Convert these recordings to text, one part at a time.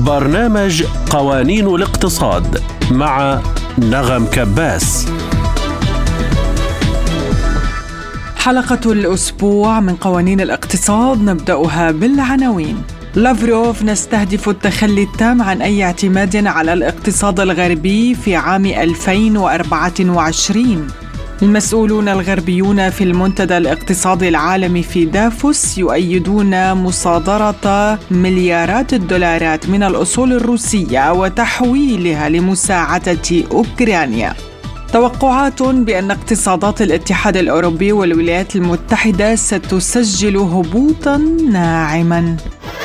برنامج قوانين الاقتصاد مع نغم كباس. حلقة الأسبوع من قوانين الاقتصاد نبدأها بالعناوين. لافروف: نستهدف التخلي التام عن أي اعتماد على الاقتصاد الغربي في عام 2024. المسؤولون الغربيون في المنتدى الاقتصادي العالمي في دافوس يؤيدون مصادرة مليارات الدولارات من الأصول الروسية وتحويلها لمساعدة أوكرانيا. توقعات بأن اقتصادات الاتحاد الأوروبي والولايات المتحدة ستسجل هبوطاً ناعماً.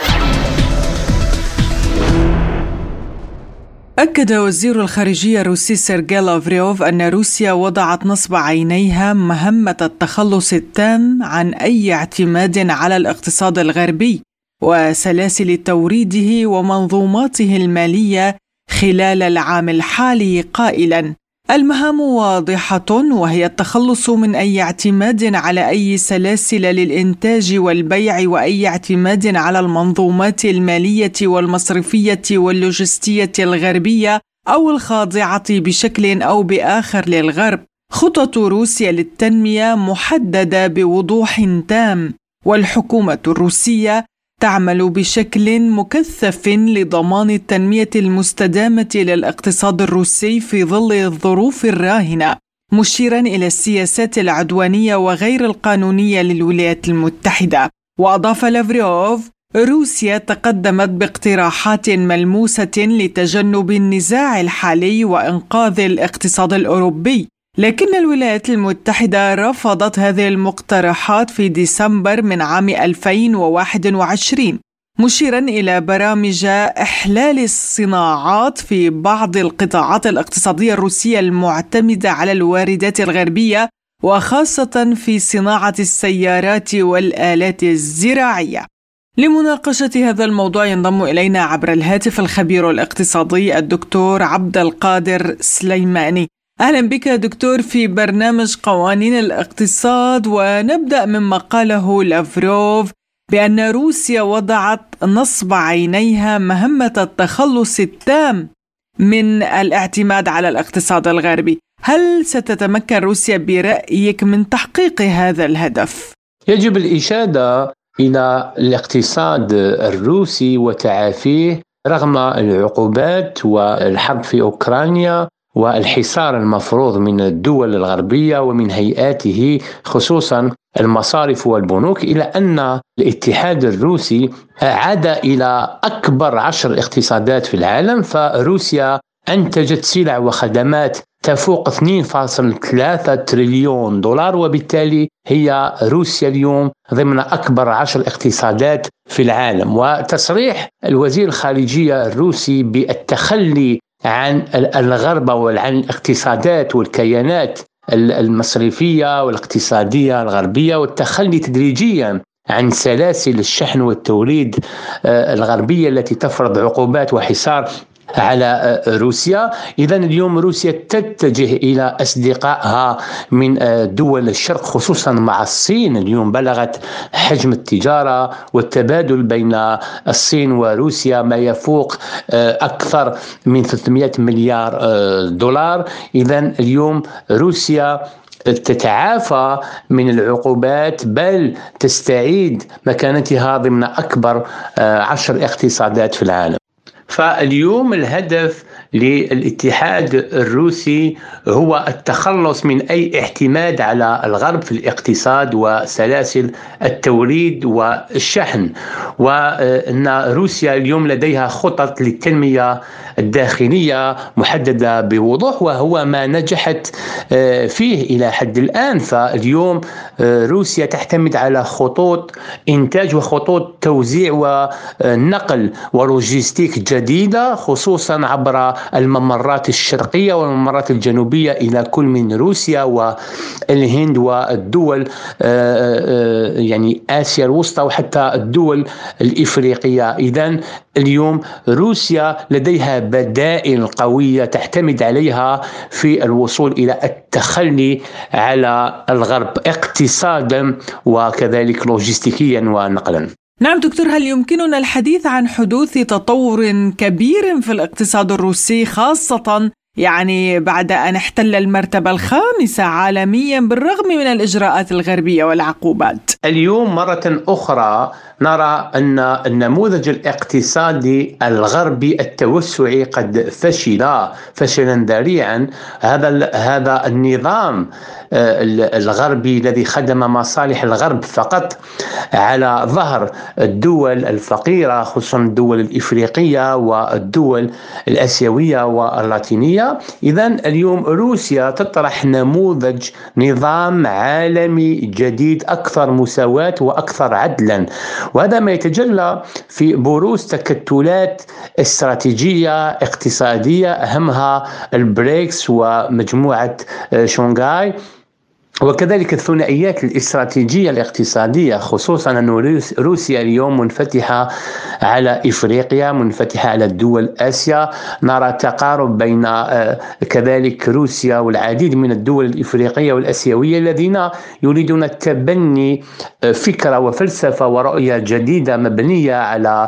أكد وزير الخارجية الروسي سيرجي لافروف أن روسيا وضعت نصب عينيها مهمة التخلص التام عن أي اعتماد على الاقتصاد الغربي وسلاسل توريده ومنظوماته المالية خلال العام الحالي، قائلاً: المهام واضحة، وهي التخلص من أي اعتماد على أي سلاسل للإنتاج والبيع وأي اعتماد على المنظومات المالية والمصرفية واللوجستية الغربية أو الخاضعة بشكل أو بآخر للغرب. خطط روسيا للتنمية محددة بوضوح تام، والحكومة الروسية تعمل بشكل مكثف لضمان التنمية المستدامة للاقتصاد الروسي في ظل الظروف الراهنة، مشيرا إلى السياسات العدوانية وغير القانونية للولايات المتحدة. وأضاف لافروف: روسيا تقدمت باقتراحات ملموسة لتجنب النزاع الحالي وإنقاذ الاقتصاد الأوروبي، لكن الولايات المتحدة رفضت هذه المقترحات في ديسمبر من عام 2021، مشيرا إلى برامج إحلال الصناعات في بعض القطاعات الاقتصادية الروسية المعتمدة على الواردات الغربية، وخاصة في صناعة السيارات والآلات الزراعية. لمناقشة هذا الموضوع ينضم إلينا عبر الهاتف الخبير الاقتصادي الدكتور عبد القادر سليماني. أهلا بك دكتور في برنامج قوانين الاقتصاد، ونبدأ مما قاله لافروف بأن روسيا وضعت نصب عينيها مهمة التخلص التام من الاعتماد على الاقتصاد الغربي. هل ستتمكن روسيا برأيك من تحقيق هذا الهدف؟ يجب الإشادة إلى الاقتصاد الروسي وتعافيه رغم العقوبات والحرب في أوكرانيا والحصار المفروض من الدول الغربية ومن هيئاته خصوصا المصارف والبنوك، إلى أن الاتحاد الروسي عاد إلى أكبر 10 اقتصادات في العالم. فروسيا أنتجت سلع وخدمات تفوق 2.3 تريليون دولار، وبالتالي هي روسيا اليوم ضمن أكبر 10 اقتصادات في العالم. وتصريح الوزير الخارجية الروسي بالتخلي عن الغرب وعن الاقتصادات والكيانات المصرفية والاقتصادية الغربية، والتخلي تدريجيا عن سلاسل الشحن والتوريد الغربية التي تفرض عقوبات وحصار على روسيا. إذن اليوم روسيا تتجه إلى أصدقائها من دول الشرق خصوصا مع الصين. اليوم بلغت حجم التجارة والتبادل بين الصين وروسيا ما يفوق أكثر من 300 مليار دولار. إذن اليوم روسيا تتعافى من العقوبات، بل تستعيد مكانتها ضمن أكبر 10 اقتصادات في العالم. فاليوم الهدف للاتحاد الروسي هو التخلص من أي اعتماد على الغرب في الاقتصاد وسلاسل التوريد والشحن، وأن روسيا اليوم لديها خطط للتنمية الداخلية محددة بوضوح، وهو ما نجحت فيه إلى حد الآن. فاليوم روسيا تعتمد على خطوط إنتاج وخطوط توزيع ونقل ولوجستيك جديدة، خصوصا عبر الممرات الشرقية والممرات الجنوبية إلى كل من روسيا والهند والدول يعني آسيا الوسطى وحتى الدول الإفريقية. إذن اليوم روسيا لديها بدائل قوية تعتمد عليها في الوصول إلى التخلي على الغرب اقتصادا وكذلك لوجستيكيا ونقلا. نعم دكتور، هل يمكننا الحديث عن حدوث تطور كبير في الاقتصاد الروسي، خاصة بعد أن احتل المرتبة الخامسة عالميا بالرغم من الإجراءات الغربية والعقوبات؟ اليوم مرة أخرى نرى أن النموذج الاقتصادي الغربي التوسعي قد فشل فشلا ذريعا. هذا النظام الغربي الذي خدم مصالح الغرب فقط على ظهر الدول الفقيرة، خصوصا الدول الإفريقية والدول الآسيوية واللاتينية. إذن اليوم روسيا تطرح نموذج نظام عالمي جديد أكثر مساواة وأكثر عدلا، وهذا ما يتجلى في بروز تكتلات استراتيجية اقتصادية أهمها البريكس ومجموعة شنغهاي، وكذلك الثنائيات الاستراتيجية الاقتصادية، خصوصا أن روسيا اليوم منفتحة على إفريقيا، منفتحة على دول آسيا. نرى تقارب بين كذلك روسيا والعديد من الدول الإفريقية والآسيوية الذين يريدون تبني فكرة وفلسفة ورؤية جديدة مبنية على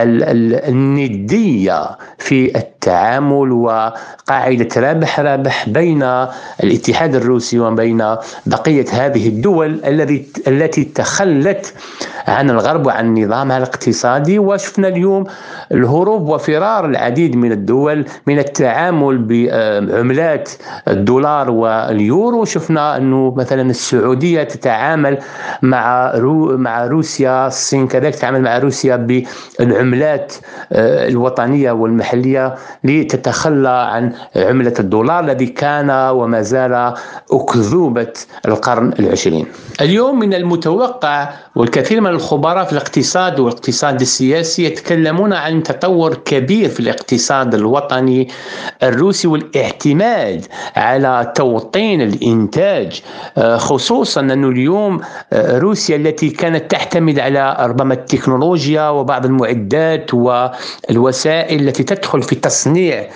الندية في التعامل وقاعدة رابح رابح بين الاتحاد الروسي وبين بقية هذه الدول التي تخلت عن الغرب وعن نظامها الاقتصادي. وشفنا اليوم الهروب وفرار العديد من الدول من التعامل بعملات الدولار واليورو. شفنا أنه مثلا السعودية تتعامل مع روسيا، الصين كذلك تتعامل مع روسيا بالعملات الوطنية والمحلية لتتخلى عن عملة الدولار الذي كان وما زال أكذوبة القرن العشرين. اليوم من المتوقع، والكثير من الخبراء في الاقتصاد والاقتصاد السياسي يتكلمون عن تطور كبير في الاقتصاد الوطني الروسي والاعتماد على توطين الإنتاج، خصوصا أنه اليوم روسيا التي كانت تعتمد على ربما التكنولوجيا وبعض المعدات والوسائل التي تدخل في تصنيع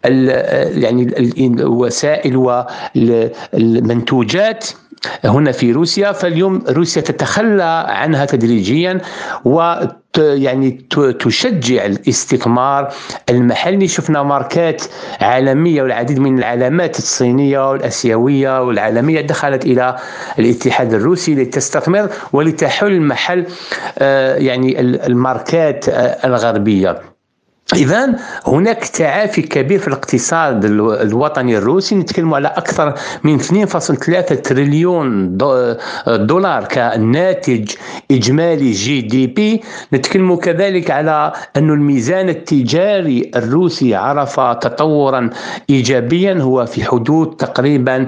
الوسائل والمنتوجات هنا في روسيا، فاليوم روسيا تتخلى عنها تدريجيا تشجع الاستثمار المحلي. شفنا ماركات عالمية والعديد من العلامات الصينية والآسيوية والعالمية دخلت إلى الاتحاد الروسي لتستثمر ولتحل محل الماركات الغربية. إذن هناك تعافي كبير في الاقتصاد الوطني الروسي، نتكلم على أكثر من 2.3 تريليون دولار كناتج إجمالي GDP. نتكلم كذلك على أن الميزان التجاري الروسي عرف تطورا إيجابيا، هو في حدود تقريبا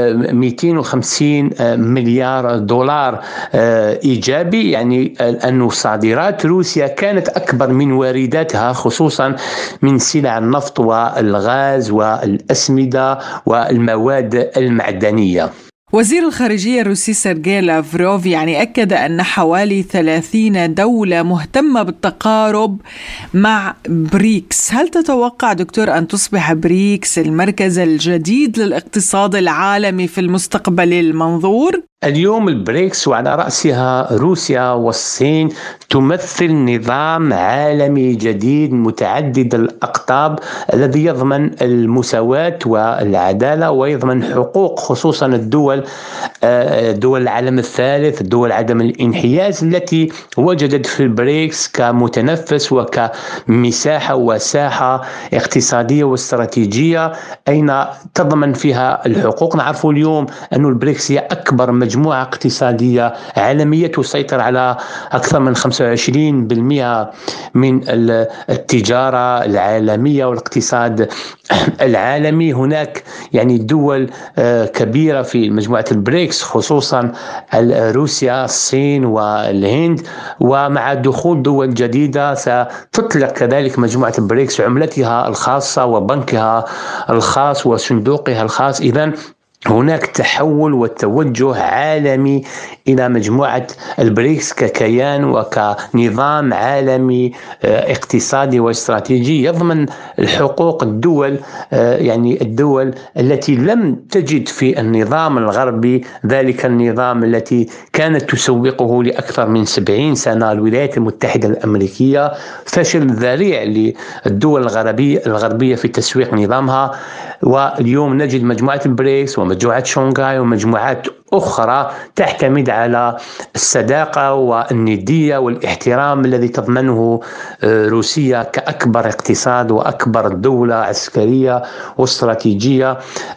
250 مليار دولار إيجابي، يعني أن صادرات روسيا كانت أكبر من وارداتها، خصوصا من سلع النفط والغاز والأسمدة والمواد المعدنية. وزير الخارجية الروسي سيرجي لافروف أكد أن حوالي 30 دولة مهتمة بالتقارب مع بريكس. هل تتوقع دكتور أن تصبح بريكس المركز الجديد للاقتصاد العالمي في المستقبل المنظور؟ اليوم البريكس وعلى رأسها روسيا والصين تمثل نظام عالمي جديد متعدد الأقطاب الذي يضمن المساواة والعدالة ويضمن حقوق خصوصا دول العالم الثالث، دول عدم الانحياز التي وجدت في البريكس كمتنفس وكمساحة وساحة اقتصادية واستراتيجية أين تضمن فيها الحقوق. نعرف اليوم أن البريكس هي أكبر مجموعة اقتصادية عالمية تسيطر على أكثر من 25% من التجارة العالمية والاقتصاد العالمي. هناك دول كبيرة في مجموعة البريكس خصوصا روسيا، الصين والهند، ومع دخول دول جديدة ستطلق كذلك مجموعة البريكس عملتها الخاصة وبنكها الخاص وصندوقها الخاص. إذن هناك تحول وتوجه عالمي إلى مجموعة البريكس ككيان وكنظام عالمي اقتصادي واستراتيجي يضمن حقوق الدول، يعني الدول التي لم تجد في النظام الغربي ذلك النظام التي كانت تسوقه لأكثر من 70 سنة الولايات المتحدة الأمريكية، فشل ذريع للدول الغربية في تسويق نظامها. واليوم نجد مجموعة البريكس ومجموعة شونغهاي ومجموعات أخرى تعتمد على الصداقة والندية والاحترام الذي تضمنه روسيا كأكبر اقتصاد وأكبر دولة عسكرية واستراتيجية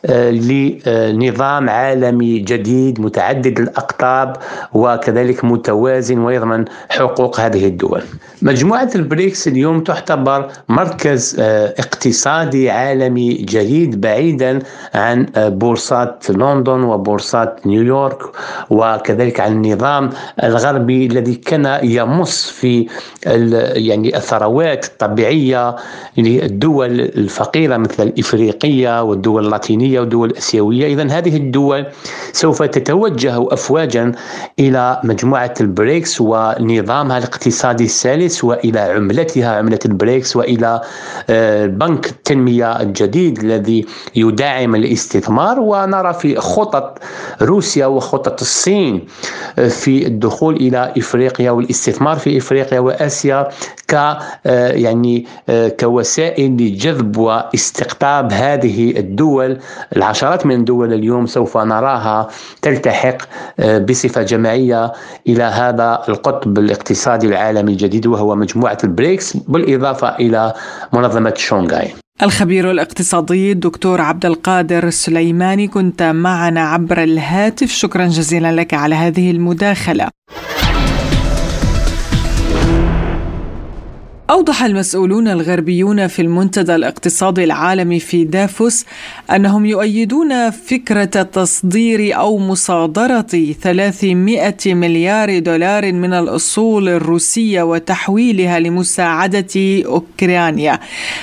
لنظام عالمي جديد متعدد الأقطاب وكذلك متوازن ويضمن حقوق هذه الدول. مجموعة البريكس اليوم تعتبر مركز اقتصادي عالمي جديد بعيدا عن بورصات لندن وبورصات نيويورك وكذلك عن النظام الغربي الذي كان يمص في يعني الثروات الطبيعية للدول الفقيرة مثل الإفريقية والدول اللاتينية والدول الآسيوية. إذن هذه الدول سوف تتوجه أفواجا إلى مجموعة البريكس ونظامها الاقتصادي الثالث وإلى عملتها عملة البريكس وإلى بنك التنمية الجديد الذي يدعم الاستثمار. ونرى في خطط روسيا وخطط الصين في الدخول إلى إفريقيا والاستثمار في إفريقيا وآسيا يعني كوسائل لجذب واستقطاب هذه الدول. العشرات من الدول اليوم سوف نراها تلتحق بصفة جماعية إلى هذا القطب الاقتصادي العالمي الجديد وهو مجموعة البريكس بالإضافة إلى منظمة شونغهاي. الخبير الاقتصادي الدكتور عبد القادر السليماني كنت معنا عبر الهاتف، شكرا جزيلا لك على هذه المداخلة. أوضح المسؤولون الغربيون في المنتدى الاقتصادي العالمي في دافوس أنهم يؤيدون فكرة تصدير أو مصادرة 300 مليار دولار من الأصول الروسية وتحويلها لمساعدة أوكرانيا،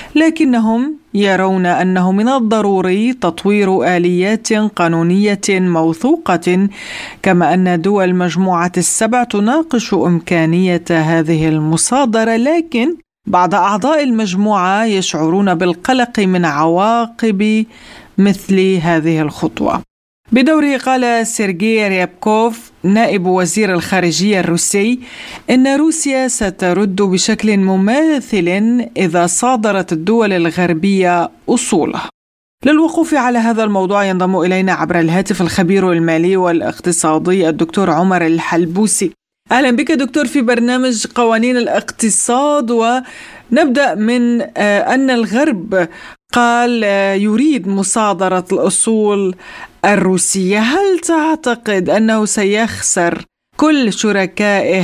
لكنهم يرون أنه من الضروري تطوير آليات قانونية موثوقة، كما أن دول مجموعة السبع تناقش إمكانية هذه المصادرة، لكن بعض أعضاء المجموعة يشعرون بالقلق من عواقب مثل هذه الخطوة. بدوره قال سيرجي ريابكوف نائب وزير الخارجية الروسي إن روسيا سترد بشكل مماثل إذا صادرت الدول الغربية أصولها. للوقوف على هذا الموضوع ينضم إلينا عبر الهاتف الخبير المالي والاقتصادي الدكتور عمر الحلبوسي. أهلا بك دكتور في برنامج قوانين الاقتصاد. ونبدأ من أن الغرب قال يريد مصادرة الأصول الروسية. هل تعتقد أنه سيخسر كل شركائه؟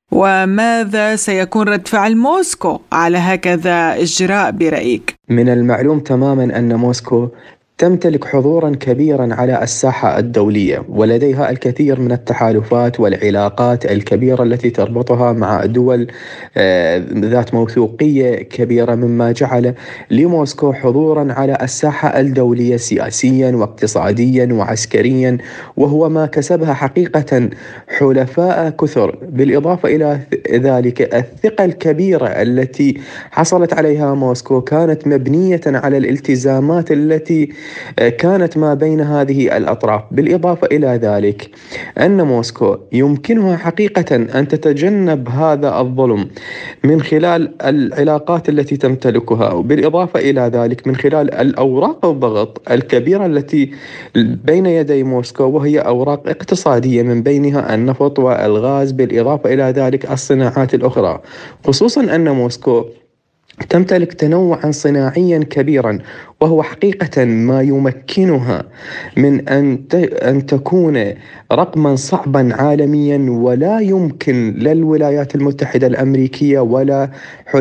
وماذا سيكون رد فعل موسكو على هكذا إجراء برأيك؟ من المعلوم تماما أن موسكو تمتلك حضورا كبيرا على الساحة الدولية ولديها الكثير من التحالفات والعلاقات الكبيرة التي تربطها مع دول ذات موثوقية كبيرة، مما جعل لموسكو حضورا على الساحة الدولية سياسيا واقتصاديا وعسكريا، وهو ما كسبها حقيقة حلفاء كثر. بالإضافة إلى ذلك الثقة الكبيرة التي حصلت عليها موسكو كانت مبنية على الالتزامات التي كانت ما بين هذه الأطراف. بالإضافة إلى ذلك أن موسكو يمكنها حقيقة أن تتجنب هذا الظلم من خلال العلاقات التي تمتلكها، وبالإضافة إلى ذلك من خلال الأوراق الضغط الكبيرة التي بين يدي موسكو، وهي أوراق اقتصادية من بينها النفط والغاز، بالإضافة إلى ذلك الصناعات الأخرى، خصوصا أن موسكو تمتلك تنوعا صناعيا كبيرا، وهو حقيقة ما يمكنها من أن تكون رقما صعبا عالميا، ولا يمكن للولايات المتحدة الأمريكية ولا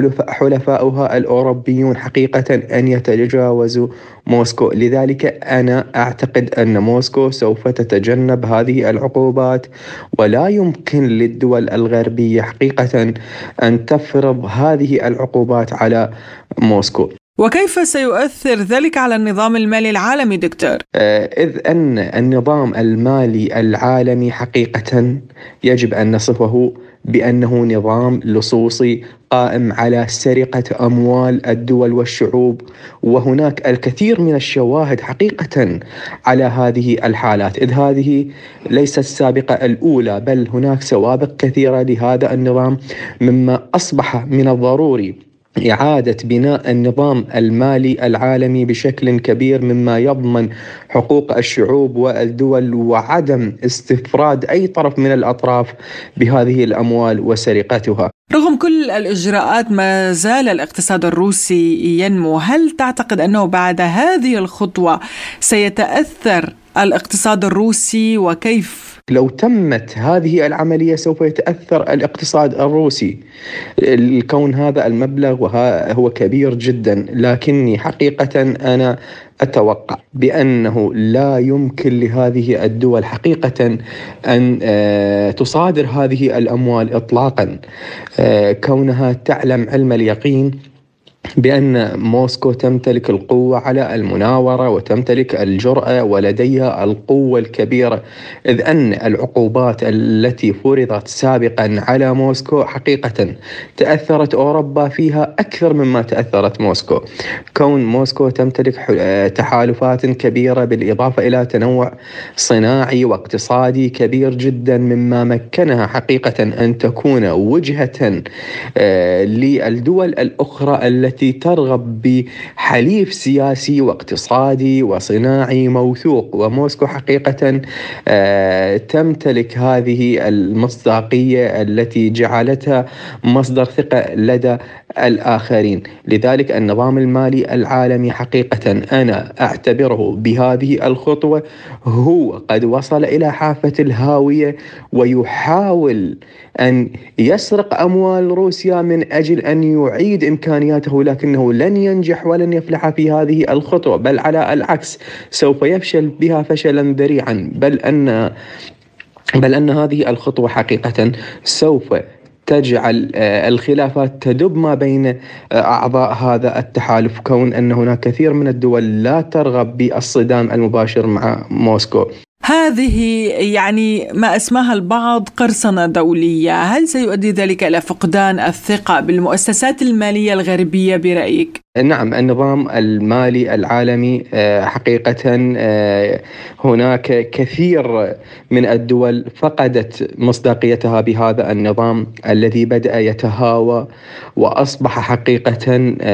حلفاؤها الأوروبيون حقيقة أن يتجاوزوا موسكو. لذلك أنا أعتقد أن موسكو سوف تتجنب هذه العقوبات، ولا يمكن للدول الغربية حقيقة أن تفرض هذه العقوبات على موسكو. وكيف سيؤثر ذلك على النظام المالي العالمي دكتور؟ إذ أن النظام المالي العالمي حقيقة يجب أن نصفه بأنه نظام لصوصي قائم على سرقة أموال الدول والشعوب، وهناك الكثير من الشواهد حقيقة على هذه الحالات، إذ هذه ليست السابقة الأولى، بل هناك سوابق كثيرة لهذا النظام، مما أصبح من الضروري إعادة بناء النظام المالي العالمي بشكل كبير، مما يضمن حقوق الشعوب والدول وعدم استفراد أي طرف من الأطراف بهذه الأموال وسرقتها. رغم كل الإجراءات ما زال الاقتصاد الروسي ينمو. هل تعتقد أنه بعد هذه الخطوة سيتأثر الاقتصاد الروسي وكيف؟ لو تمت هذه العملية سوف يتأثر الاقتصاد الروسي، الكون هذا المبلغ هو كبير جدا، لكني حقيقة أنا أتوقع بأنه لا يمكن لهذه الدول حقيقة أن تصادر هذه الأموال إطلاقا، كونها تعلم علم اليقين بأن موسكو تمتلك القوة على المناورة وتمتلك الجرأة ولديها القوة الكبيرة، إذ أن العقوبات التي فرضت سابقا على موسكو حقيقة تأثرت أوروبا فيها أكثر مما تأثرت موسكو، كون موسكو تمتلك تحالفات كبيرة بالإضافة إلى تنوع صناعي واقتصادي كبير جدا، مما مكنها حقيقة أن تكون وجهة للدول الأخرى التي ترغب بحليف سياسي واقتصادي وصناعي موثوق، وموسكو حقيقة تمتلك هذه المصداقية التي جعلتها مصدر ثقة لدى الآخرين. لذلك النظام المالي العالمي حقيقة أنا أعتبره بهذه الخطوة هو قد وصل إلى حافة الهاوية، ويحاول أن يسرق أموال روسيا من أجل أن يعيد إمكانياته، لكنه لن ينجح ولن يفلح في هذه الخطوة، بل على العكس سوف يفشل بها فشلا ذريعا، بل أن هذه الخطوة حقيقة سوف تجعل الخلافات تدب ما بين أعضاء هذا التحالف، كون أن هناك كثير من الدول لا ترغب بالصدام المباشر مع موسكو. هذه يعني ما اسمها البعض قرصنة دولية. هل سيؤدي ذلك إلى فقدان الثقة بالمؤسسات المالية الغربية برأيك؟ نعم، النظام المالي العالمي حقيقة هناك كثير من الدول فقدت مصداقيتها بهذا النظام الذي بدأ يتهاوى وأصبح حقيقة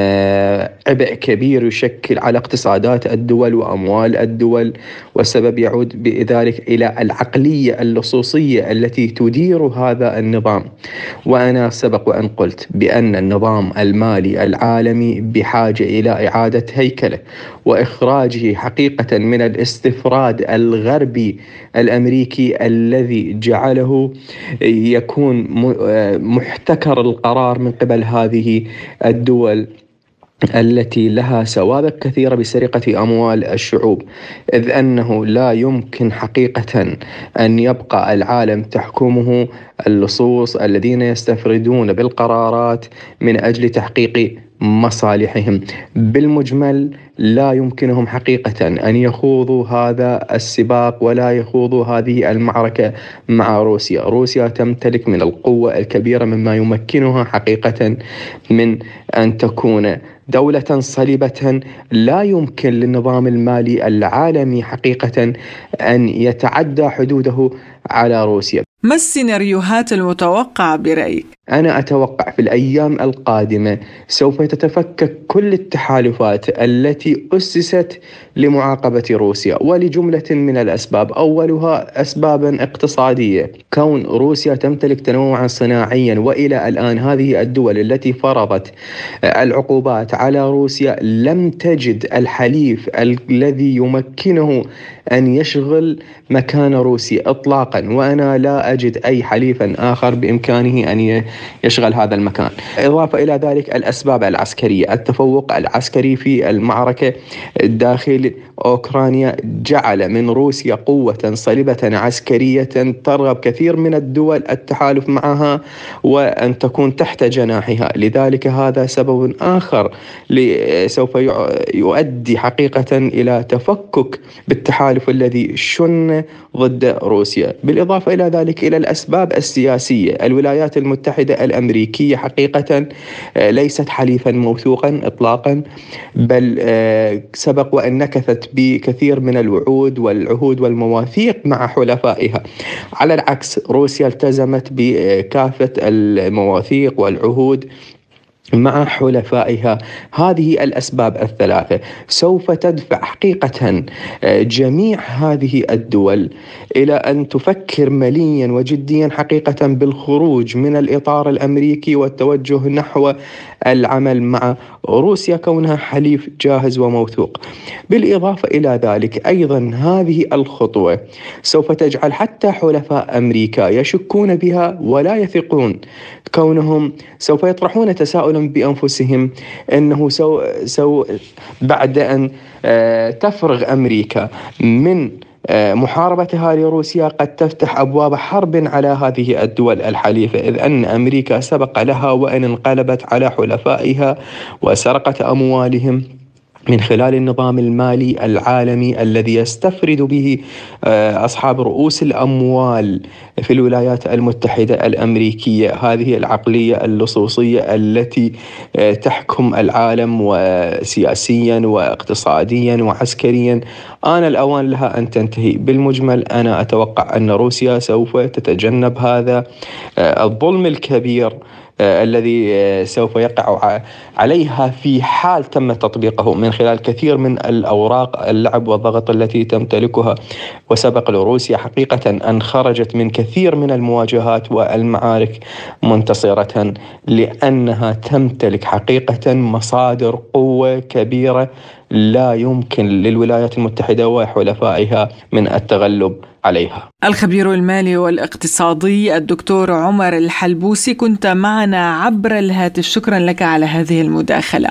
عبء كبير يشكل على اقتصادات الدول وأموال الدول، والسبب يعود بذلك إلى العقلية اللصوصية التي تدير هذا النظام. وأنا سبق وأن قلت بأن النظام المالي العالمي بحاجة إلى إعادة هيكله وإخراجه حقيقة من الاستفراد الغربي الأمريكي الذي جعله يكون محتكر القرار من قبل هذه الدول التي لها سوابق كثيرة بسرقة أموال الشعوب، إذ أنه لا يمكن حقيقة أن يبقى العالم تحكمه اللصوص الذين يستفردون بالقرارات من أجل تحقيق مصالحهم. بالمجمل لا يمكنهم حقيقة أن يخوضوا هذا السباق ولا يخوضوا هذه المعركة مع روسيا. روسيا تمتلك من القوة الكبيرة مما يمكنها حقيقة من أن تكون دولة صلبة لا يمكن للنظام المالي العالمي حقيقة أن يتعدى حدوده على روسيا. ما السيناريوهات المتوقعة برأيك؟ أنا أتوقع في الأيام القادمة سوف تتفكك كل التحالفات التي أسست لمعاقبة روسيا، ولجملة من الأسباب، أولها أسبابا اقتصادية، كون روسيا تمتلك تنوعا صناعيا، وإلى الآن هذه الدول التي فرضت العقوبات على روسيا لم تجد الحليف الذي يمكنه أن يشغل مكان روسيا إطلاقا، وأنا لا أجد أي حليفا آخر بإمكانه أن يشغل هذا المكان. إضافة إلى ذلك الأسباب العسكرية، التفوق العسكري في المعركة داخل أوكرانيا جعل من روسيا قوة صلبة عسكرية ترغب كثير من الدول التحالف معها وأن تكون تحت جناحها. لذلك هذا سبب آخر سوف يؤدي حقيقة إلى تفكك بالتحالف الذي شن ضد روسيا. بالإضافة إلى ذلك إلى الأسباب السياسية، الولايات المتحدة الأمريكية حقيقة ليست حليفا موثوقا إطلاقا، بل سبق وأن نكثت بكثير من الوعود والعهود والمواثيق مع حلفائها. على العكس روسيا التزمت بكافة المواثيق والعهود مع حلفائها. هذه الأسباب الثلاثة سوف تدفع حقيقة جميع هذه الدول إلى أن تفكر مليا وجديا حقيقة بالخروج من الإطار الأمريكي والتوجه نحو العمل مع روسيا كونها حليف جاهز وموثوق. بالإضافة إلى ذلك أيضا هذه الخطوة سوف تجعل حتى حلفاء أمريكا يشكون بها ولا يثقون، كونهم سوف يطرحون تساؤلا بأنفسهم أنه بعد أن تفرغ أمريكا من محاربتها لروسيا قد تفتح أبواب حرب على هذه الدول الحليفة، إذ أن أمريكا سبق لها وأن انقلبت على حلفائها وسرقت أموالهم من خلال النظام المالي العالمي الذي يستفرد به أصحاب رؤوس الأموال في الولايات المتحدة الأمريكية. هذه العقلية اللصوصية التي تحكم العالم وسياسيا واقتصاديا وعسكريا آن الأوان لها أن تنتهي. بالمجمل أنا أتوقع أن روسيا سوف تتجنب هذا الظلم الكبير الذي سوف يقع عليها في حال تم تطبيقه من خلال كثير من الأوراق اللعب والضغط التي تمتلكها. وسبق لروسيا حقيقة أن خرجت من كثير من المواجهات والمعارك منتصرة، لأنها تمتلك حقيقة مصادر قوة كبيرة لا يمكن للولايات المتحدة وحلفائها من التغلب عليها. الخبير المالي والاقتصادي الدكتور عمر الحلبوسي كنت معنا عبر الهاتف، شكرا لك على هذه المداخلة.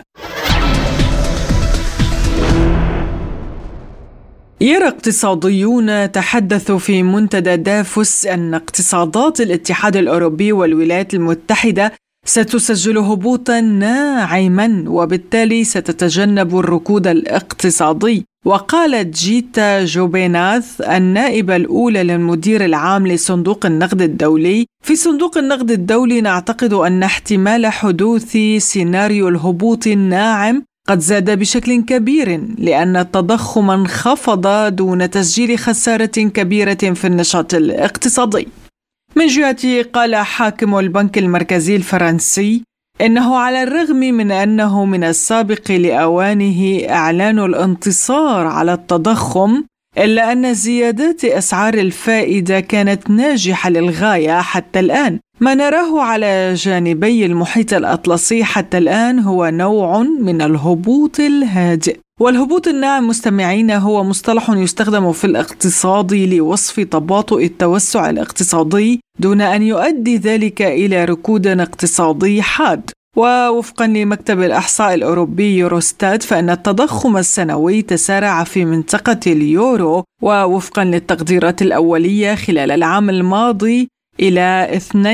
يرى اقتصاديون تحدثوا في منتدى دافوس أن اقتصادات الاتحاد الأوروبي والولايات المتحدة ستسجل هبوطا ناعما وبالتالي ستتجنب الركود الاقتصادي. وقالت جيتا جوبيناث النائبة الأولى للمدير العام لصندوق النقد الدولي: في صندوق النقد الدولي نعتقد أن احتمال حدوث سيناريو الهبوط الناعم قد زاد بشكل كبير لأن التضخم انخفض دون تسجيل خسارة كبيرة في النشاط الاقتصادي. من جهته قال حاكم البنك المركزي الفرنسي إنه على الرغم من أنه من السابق لأوانه إعلان الانتصار على التضخم، إلا أن زيادات أسعار الفائدة كانت ناجحة للغاية حتى الآن. ما نراه على جانبي المحيط الأطلسي حتى الآن هو نوع من الهبوط الهادئ. والهبوط الناعم مستمعين هو مصطلح يستخدم في الاقتصاد لوصف تباطؤ التوسع الاقتصادي دون أن يؤدي ذلك إلى ركود اقتصادي حاد. ووفقا لمكتب الإحصاء الأوروبي يوروستات فإن التضخم السنوي تسارع في منطقة اليورو، ووفقا للتقديرات الأولية خلال العام الماضي إلى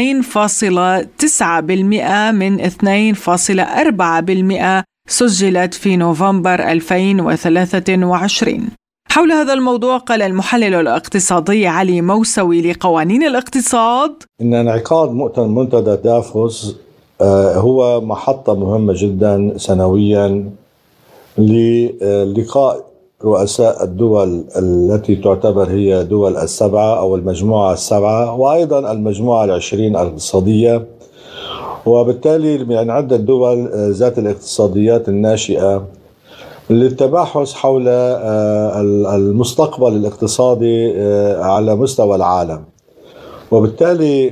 2.9% من 2.4% سجلت في نوفمبر 2023. حول هذا الموضوع قال المحلل الاقتصادي علي موسوي لقوانين الاقتصاد: إن انعقاد مؤتمر منتدى دافوس هو محطة مهمة جدا سنويا للقاء رؤساء الدول التي تعتبر هي دول السبعة أو المجموعة السبعة، وأيضا المجموعة العشرين الاقتصادية، وبالتالي يعني عدة دول ذات الاقتصاديات الناشئة للتباحث حول المستقبل الاقتصادي على مستوى العالم. وبالتالي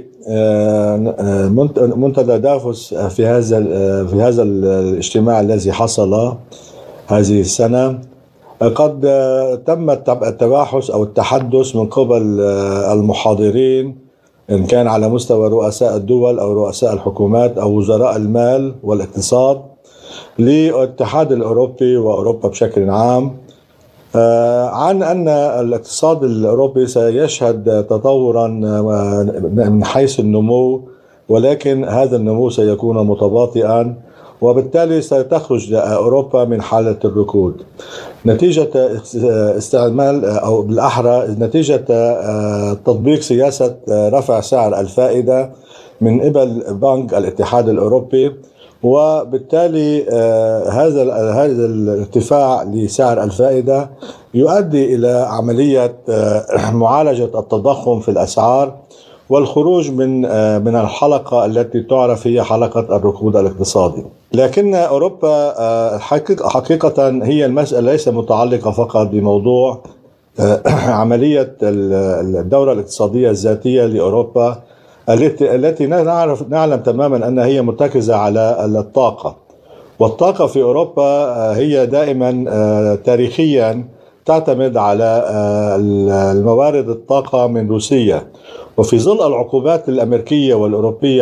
منتدى دافوس في هذا الاجتماع الذي حصل هذه السنة قد تم التباحث أو التحدث من قبل المحاضرين إن كان على مستوى رؤساء الدول أو رؤساء الحكومات أو وزراء المال والاقتصاد للاتحاد الأوروبي وأوروبا بشكل عام، عن أن الاقتصاد الأوروبي سيشهد تطورا من حيث النمو، ولكن هذا النمو سيكون متباطئا، وبالتالي ستخرج أوروبا من حالة الركود نتيجة استعمال أو بالأحرى نتيجة تطبيق سياسة رفع سعر الفائدة من قبل بنك الاتحاد الأوروبي. وبالتالي هذا الارتفاع لسعر الفائدة يؤدي إلى عملية معالجة التضخم في الأسعار والخروج من الحلقة التي تعرف هي حلقة الركود الاقتصادي. لكن أوروبا حقيقة هي المسألة ليس متعلقة فقط بموضوع عملية الدورة الاقتصادية الذاتية لأوروبا التي نعلم تماما أنها هي مرتكزة على الطاقة، والطاقة في أوروبا هي دائما تاريخيا تعتمد على الموارد الطاقة من روسيا، وفي ظل العقوبات الأمريكية والأوروبية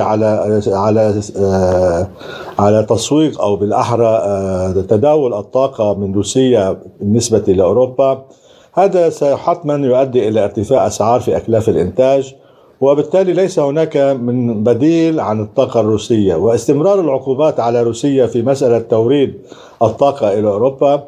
على تسويق أو بالأحرى تداول الطاقة من روسيا بالنسبة لأوروبا، هذا حتما يؤدي إلى ارتفاع أسعار في أكلاف الإنتاج، وبالتالي ليس هناك من بديل عن الطاقة الروسية. واستمرار العقوبات على روسيا في مسألة توريد الطاقة إلى أوروبا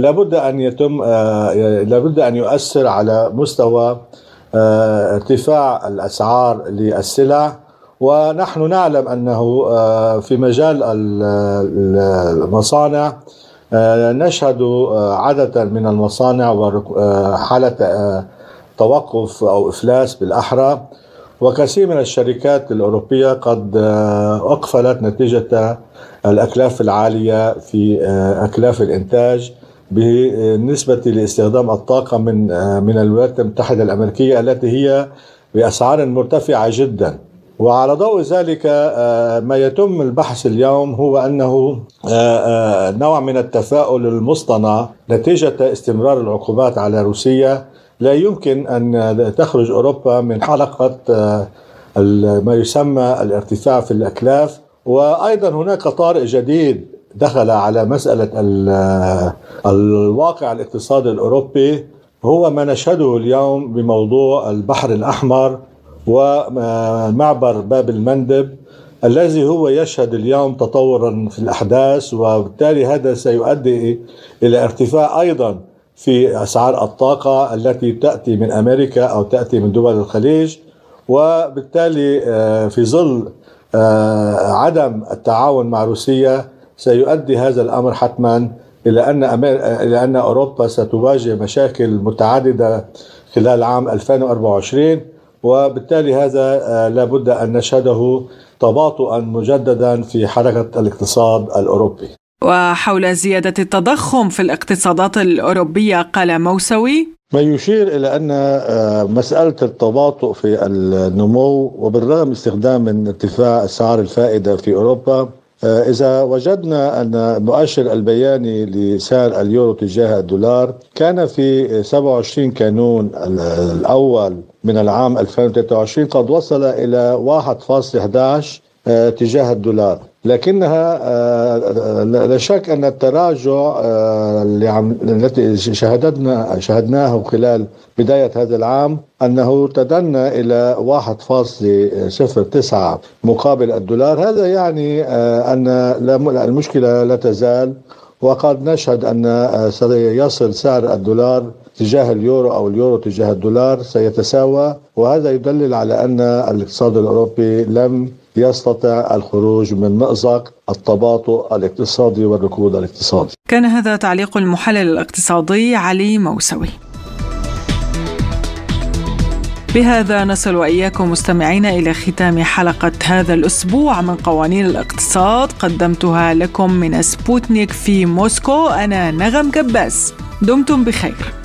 لابد أن يؤثر على مستوى ارتفاع الأسعار للسلع. ونحن نعلم أنه في مجال المصانع نشهد عدد من المصانع وحالة توقف أو إفلاس بالأحرى، وكثير من الشركات الأوروبية قد أقفلت نتيجة الأكلاف العالية في أكلاف الإنتاج بالنسبة لاستخدام الطاقة من الولايات المتحدة الأمريكية التي هي بأسعار مرتفعة جدا. وعلى ضوء ذلك ما يتم البحث اليوم هو أنه نوع من التفاؤل المصطنع نتيجة استمرار العقوبات على روسيا لا يمكن أن تخرج أوروبا من حلقة ما يسمى الارتفاع في الأكلاف. وأيضا هناك طارئ جديد دخل على مسألة الواقع الاقتصادي الأوروبي، هو ما نشهده اليوم بموضوع البحر الأحمر ومعبر باب المندب الذي هو يشهد اليوم تطورا في الأحداث، وبالتالي هذا سيؤدي إلى ارتفاع أيضا في أسعار الطاقة التي تأتي من أمريكا أو تأتي من دول الخليج. وبالتالي في ظل عدم التعاون مع روسيا سيؤدي هذا الأمر حتما إلى أن أوروبا ستواجه مشاكل متعددة خلال عام 2024، وبالتالي هذا لابد أن نشهده تباطؤا مجددا في حركة الاقتصاد الأوروبي. وحول زيادة التضخم في الاقتصادات الأوروبية قال موسوي: ما يشير إلى أن مسألة التباطؤ في النمو وبالرغم استخدام من ارتفاع أسعار الفائدة في أوروبا، إذا وجدنا أن مؤشر البياني لسعر اليورو تجاه الدولار كان في 27 كانون الأول من العام 2023 قد وصل إلى 1.11 تجاه الدولار، لكنها لا شك أن التراجع التي شهدناه خلال بداية هذا العام أنه تدنى إلى 1.09 مقابل الدولار. هذا يعني أن المشكلة لا تزال، وقد نشهد أن سيصل سعر الدولار تجاه اليورو أو اليورو تجاه الدولار سيتساوى، وهذا يدلل على أن الاقتصاد الأوروبي لم يستطيع الخروج من مأزق التباطؤ الاقتصادي والركود الاقتصادي. كان هذا تعليق المحلل الاقتصادي علي موسوي. بهذا نصل وإياكم مستمعين إلى ختام حلقة هذا الأسبوع من قوانين الاقتصاد، قدمتها لكم من سبوتنيك في موسكو. أنا نغم كباس، دمتم بخير.